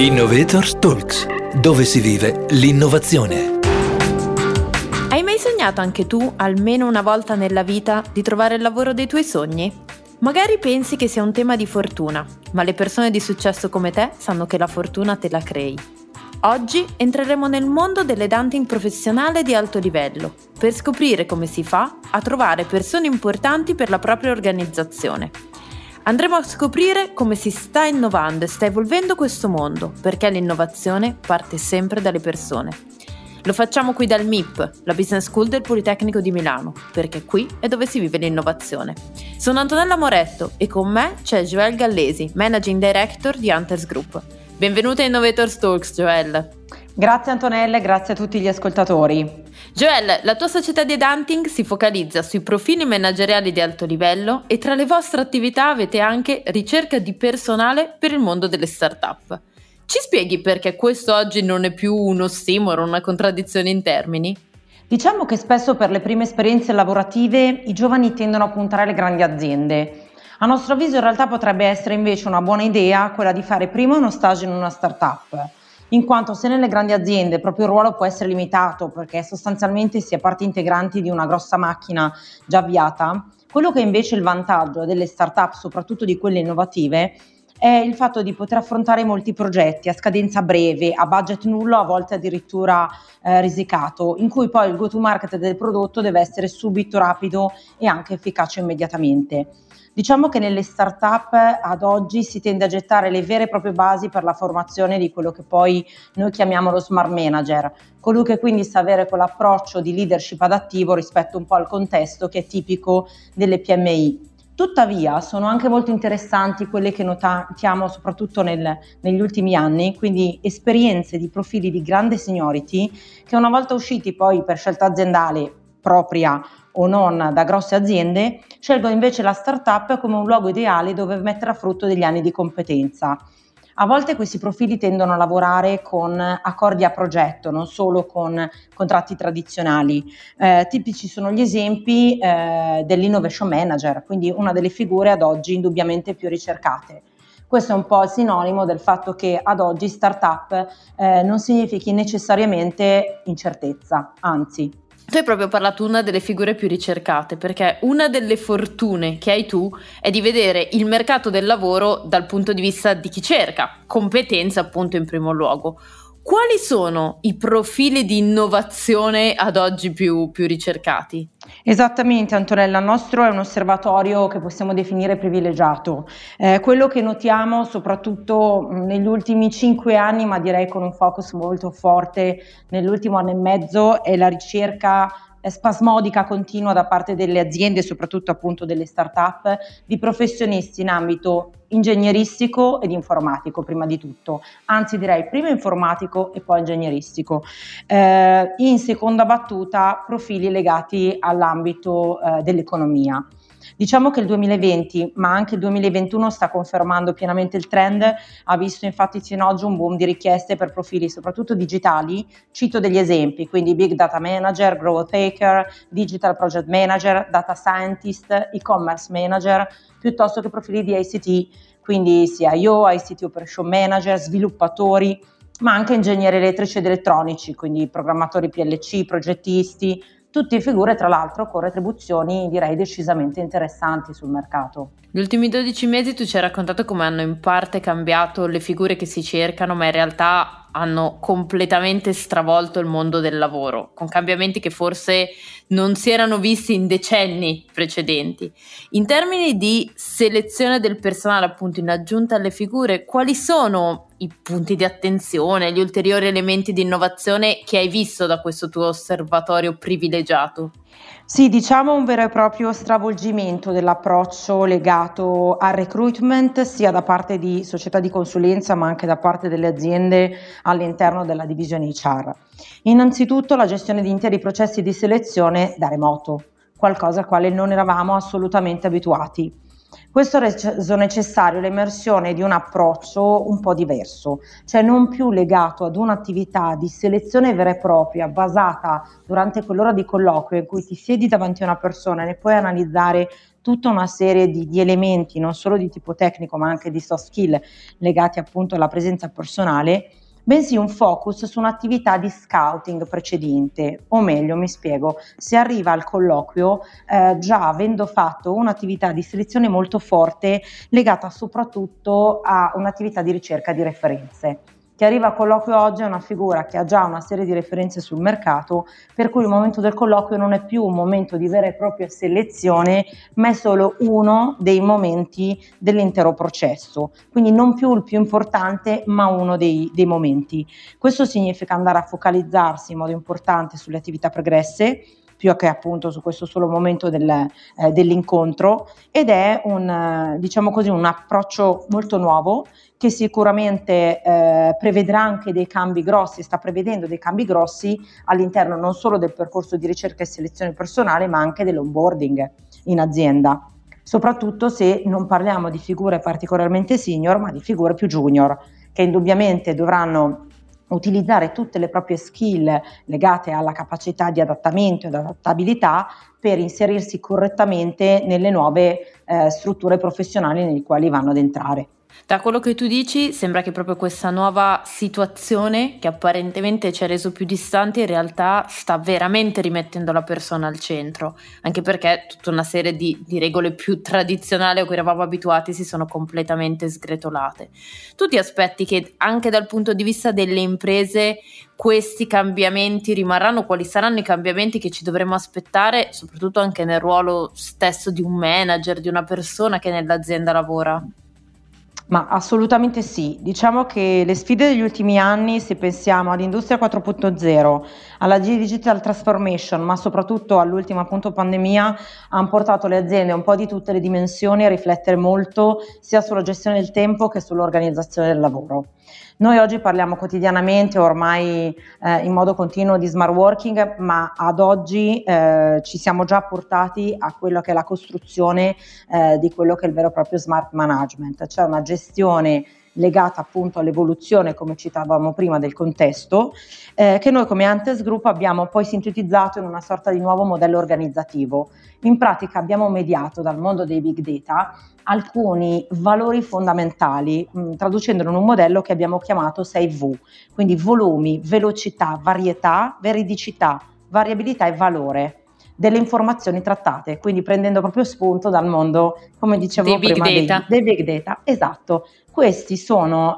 Innovators Talks, dove si vive l'innovazione. Hai mai sognato anche tu, almeno una volta nella vita, di trovare il lavoro dei tuoi sogni? Magari pensi che sia un tema di fortuna, ma le persone di successo come te sanno che la fortuna te la crei. Oggi entreremo nel mondo dell'headhunting professionale di alto livello, per scoprire come si fa a trovare persone importanti per la propria organizzazione. Andremo a scoprire come si sta innovando e sta evolvendo questo mondo, perché l'innovazione parte sempre dalle persone. Lo facciamo qui dal MIP, la Business School del Politecnico di Milano, perché qui è dove si vive l'innovazione. Sono Antonella Moretto e con me c'è Joelle Gallesi, Managing Director di Hunters Group. Benvenuta a Innovators Talks, Joelle. Grazie Antonella e grazie a tutti gli ascoltatori. Joelle, la tua società di headhunting si focalizza sui profili manageriali di alto livello e tra le vostre attività avete anche ricerca di personale per il mondo delle start-up. Ci spieghi perché questo oggi non è più uno ossimoro, una contraddizione in termini? Diciamo che spesso per le prime esperienze lavorative i giovani tendono a puntare alle grandi aziende. A nostro avviso in realtà potrebbe essere invece una buona idea quella di fare prima uno stage in una start-up, in quanto se nelle grandi aziende il proprio ruolo può essere limitato perché sostanzialmente si è parte integranti di una grossa macchina già avviata, quello che è invece il vantaggio delle start-up, soprattutto di quelle innovative, è il fatto di poter affrontare molti progetti a scadenza breve, a budget nullo, a volte addirittura risicato, in cui poi il go-to-market del prodotto deve essere subito, rapido e anche efficace immediatamente. Diciamo che nelle start-up ad oggi si tende a gettare le vere e proprie basi per la formazione di quello che poi noi chiamiamo lo smart manager, colui che quindi sa avere quell'approccio di leadership adattivo rispetto un po' al contesto che è tipico delle PMI. Tuttavia sono anche molto interessanti quelle che notiamo soprattutto negli ultimi anni, quindi esperienze di profili di grande seniority che una volta usciti poi per scelta aziendale propria o non da grosse aziende, scelgono invece la startup come un luogo ideale dove mettere a frutto degli anni di competenza. A volte questi profili tendono a lavorare con accordi a progetto, non solo con contratti tradizionali. Tipici sono gli esempi dell'innovation manager, quindi una delle figure ad oggi indubbiamente più ricercate. Questo è un po' il sinonimo del fatto che ad oggi startup non significhi necessariamente incertezza, anzi. Tu hai proprio parlato una delle figure più ricercate, perché una delle fortune che hai tu è di vedere il mercato del lavoro dal punto di vista di chi cerca competenze, appunto, in primo luogo. Quali sono i profili di innovazione ad oggi più ricercati? Esattamente Antonella, il nostro è un osservatorio che possiamo definire privilegiato. Quello che notiamo soprattutto negli ultimi 5 anni, ma direi con un focus molto forte nell'ultimo anno e mezzo, è la ricerca spasmodica continua da parte delle aziende, soprattutto appunto delle start-up, di professionisti in ambito ingegneristico ed informatico prima di tutto, anzi direi prima informatico e poi ingegneristico. In seconda battuta profili legati all'ambito dell'economia. Diciamo che il 2020, ma anche il 2021 sta confermando pienamente il trend, ha visto infatti sino ad oggi un boom di richieste per profili soprattutto digitali. Cito degli esempi, quindi Big Data Manager, Growth Hacker, Digital Project Manager, Data Scientist, E-Commerce Manager, piuttosto che profili di ICT, quindi CIO, ICT Operation Manager, sviluppatori, ma anche ingegneri elettrici ed elettronici, quindi programmatori PLC, progettisti, tutte figure tra l'altro con retribuzioni direi decisamente interessanti sul mercato. Gli ultimi 12 mesi tu ci hai raccontato come hanno in parte cambiato le figure che si cercano, ma in realtà hanno completamente stravolto il mondo del lavoro, con cambiamenti che forse non si erano visti in decenni precedenti. In termini di selezione del personale, appunto in aggiunta alle figure, quali sono i punti di attenzione, gli ulteriori elementi di innovazione che hai visto da questo tuo osservatorio privilegiato? Sì, diciamo un vero e proprio stravolgimento dell'approccio legato al recruitment, sia da parte di società di consulenza ma anche da parte delle aziende all'interno della divisione HR. Innanzitutto la gestione di interi processi di selezione da remoto, qualcosa a quale non eravamo assolutamente abituati. Questo ha reso necessario l'emersione di un approccio un po' diverso, cioè non più legato ad un'attività di selezione vera e propria, basata durante quell'ora di colloquio in cui ti siedi davanti a una persona e ne puoi analizzare tutta una serie di elementi, non solo di tipo tecnico ma anche di soft skill legati appunto alla presenza personale, bensì un focus su un'attività di scouting precedente, o meglio, mi spiego, si arriva al colloquio già avendo fatto un'attività di selezione molto forte legata soprattutto a un'attività di ricerca di referenze. Chi arriva al colloquio oggi è una figura che ha già una serie di referenze sul mercato, per cui il momento del colloquio non è più un momento di vera e propria selezione, ma è solo uno dei momenti dell'intero processo, quindi non più il più importante, ma uno dei momenti. Questo significa andare a focalizzarsi in modo importante sulle attività pregresse, più che appunto su questo solo momento dell'incontro, ed è diciamo così, un approccio molto nuovo che sicuramente prevedrà anche dei cambi grossi, sta prevedendo dei cambi grossi all'interno non solo del percorso di ricerca e selezione personale, ma anche dell'onboarding in azienda, soprattutto se non parliamo di figure particolarmente senior, ma di figure più junior, che indubbiamente dovranno utilizzare tutte le proprie skill legate alla capacità di adattamento ed adattabilità per inserirsi correttamente nelle nuove strutture professionali nelle quali vanno ad entrare. Da quello che tu dici sembra che proprio questa nuova situazione, che apparentemente ci ha reso più distanti, in realtà sta veramente rimettendo la persona al centro, anche perché tutta una serie di regole più tradizionali a cui eravamo abituati si sono completamente sgretolate. Tu ti aspetti che anche dal punto di vista delle imprese questi cambiamenti rimarranno? Quali saranno i cambiamenti che ci dovremo aspettare, soprattutto anche nel ruolo stesso di un manager, di una persona che nell'azienda lavora? Ma assolutamente sì, diciamo che le sfide degli ultimi anni, se pensiamo all'industria 4.0, alla digital transformation, ma soprattutto all'ultima appunto pandemia, hanno portato le aziende un po' di tutte le dimensioni a riflettere molto sia sulla gestione del tempo che sull'organizzazione del lavoro. Noi oggi parliamo quotidianamente, ormai in modo continuo, di smart working, ma ad oggi ci siamo già portati a quello che è la costruzione di quello che è il vero e proprio smart management, cioè una gestione legata appunto all'evoluzione, come citavamo prima, del contesto, che noi come Antes Group abbiamo poi sintetizzato in una sorta di nuovo modello organizzativo. In pratica abbiamo mediato dal mondo dei big data alcuni valori fondamentali, traducendolo in un modello che abbiamo chiamato 6V, quindi volumi, velocità, varietà, veridicità, variabilità e valore delle informazioni trattate, quindi prendendo proprio spunto dal mondo, come dicevo prima, dei big data. Esatto, questi sono,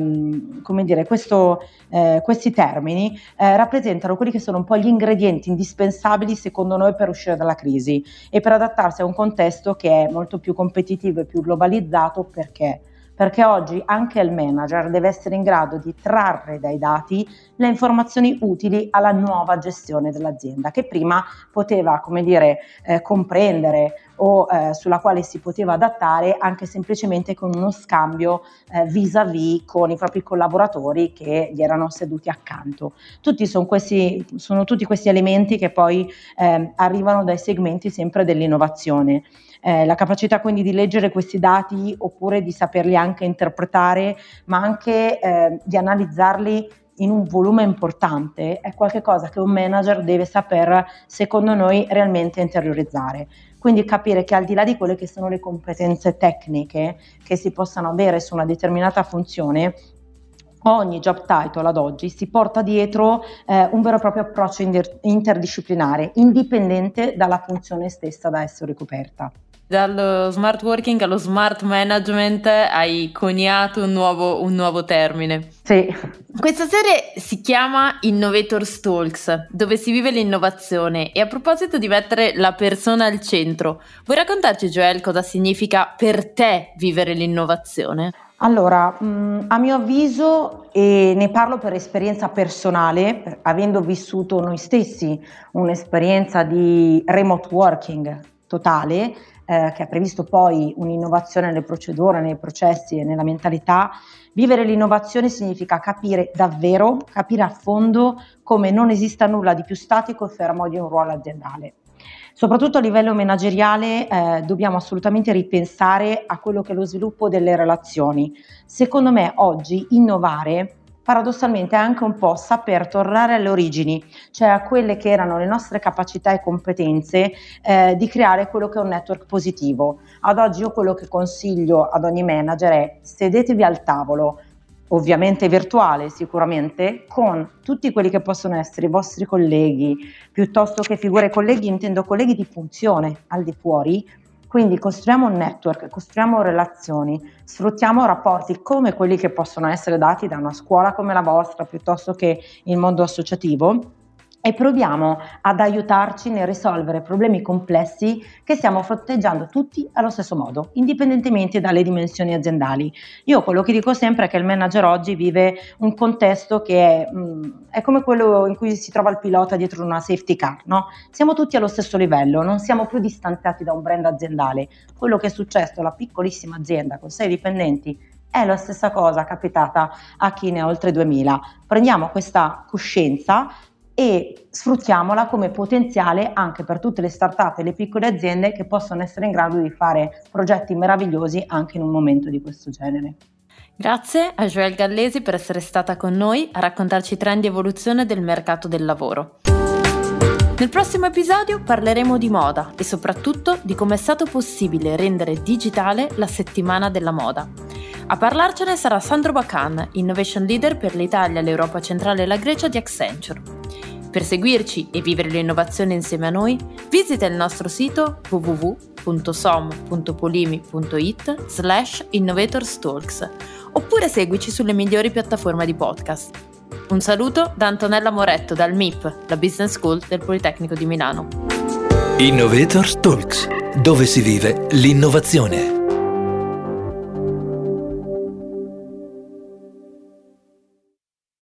questi termini rappresentano quelli che sono un po' gli ingredienti indispensabili secondo noi per uscire dalla crisi e per adattarsi a un contesto che è molto più competitivo e più globalizzato. Perché oggi anche il manager deve essere in grado di trarre dai dati le informazioni utili alla nuova gestione dell'azienda, che prima poteva, comprendere o sulla quale si poteva adattare anche semplicemente con uno scambio vis-à-vis con i propri collaboratori che gli erano seduti accanto. Sono tutti questi elementi che poi arrivano dai segmenti sempre dell'innovazione. La capacità quindi di leggere questi dati oppure di saperli anche interpretare, ma anche di analizzarli in un volume importante, è qualcosa che un manager deve saper, secondo noi, realmente interiorizzare. Quindi capire che al di là di quelle che sono le competenze tecniche che si possano avere su una determinata funzione, ogni job title ad oggi si porta dietro un vero e proprio approccio interdisciplinare, indipendente dalla funzione stessa da esso ricoperta. Dallo smart working allo smart management hai coniato un nuovo termine. Sì. Questa serie si chiama Innovators Talks, dove si vive l'innovazione, e a proposito di mettere la persona al centro, vuoi raccontarci, Joelle, cosa significa per te vivere l'innovazione? Allora, a mio avviso, e ne parlo per esperienza personale, avendo vissuto noi stessi un'esperienza di remote working totale, che ha previsto poi un'innovazione nelle procedure, nei processi e nella mentalità, vivere l'innovazione significa capire a fondo come non esista nulla di più statico e fermo di un ruolo aziendale. Soprattutto a livello manageriale dobbiamo assolutamente ripensare a quello che è lo sviluppo delle relazioni. Secondo me oggi innovare paradossalmente è anche un po' saper tornare alle origini, cioè a quelle che erano le nostre capacità e competenze di creare quello che è un network positivo. Ad oggi io quello che consiglio ad ogni manager è: sedetevi al tavolo, ovviamente virtuale sicuramente, con tutti quelli che possono essere i vostri colleghi, piuttosto che figure colleghi, intendo colleghi di funzione al di fuori. Quindi costruiamo un network, costruiamo relazioni, sfruttiamo rapporti come quelli che possono essere dati da una scuola come la vostra, piuttosto che il mondo associativo, e proviamo ad aiutarci nel risolvere problemi complessi che stiamo fronteggiando tutti allo stesso modo, indipendentemente dalle dimensioni aziendali. Io quello che dico sempre è che il manager oggi vive un contesto che è come quello in cui si trova il pilota dietro una safety car, no? Siamo tutti allo stesso livello, non siamo più distanziati da un brand aziendale. Quello che è successo alla piccolissima azienda con 6 dipendenti è la stessa cosa capitata a chi ne ha oltre 2000. Prendiamo questa coscienza e sfruttiamola come potenziale anche per tutte le start-up e le piccole aziende che possono essere in grado di fare progetti meravigliosi anche in un momento di questo genere. Grazie a Joelle Gallesi per essere stata con noi a raccontarci i trend di evoluzione del mercato del lavoro. Nel prossimo episodio parleremo di moda e soprattutto di come è stato possibile rendere digitale la settimana della moda. A parlarcene sarà Sandro Bacan, Innovation Leader per l'Italia, l'Europa centrale e la Grecia di Accenture. Per seguirci e vivere l'innovazione insieme a noi, visita il nostro sito www.som.polimi.it/innovatorstalks oppure seguici sulle migliori piattaforme di podcast. Un saluto da Antonella Moretto dal MIP, la Business School del Politecnico di Milano. Innovators Talks, dove si vive l'innovazione.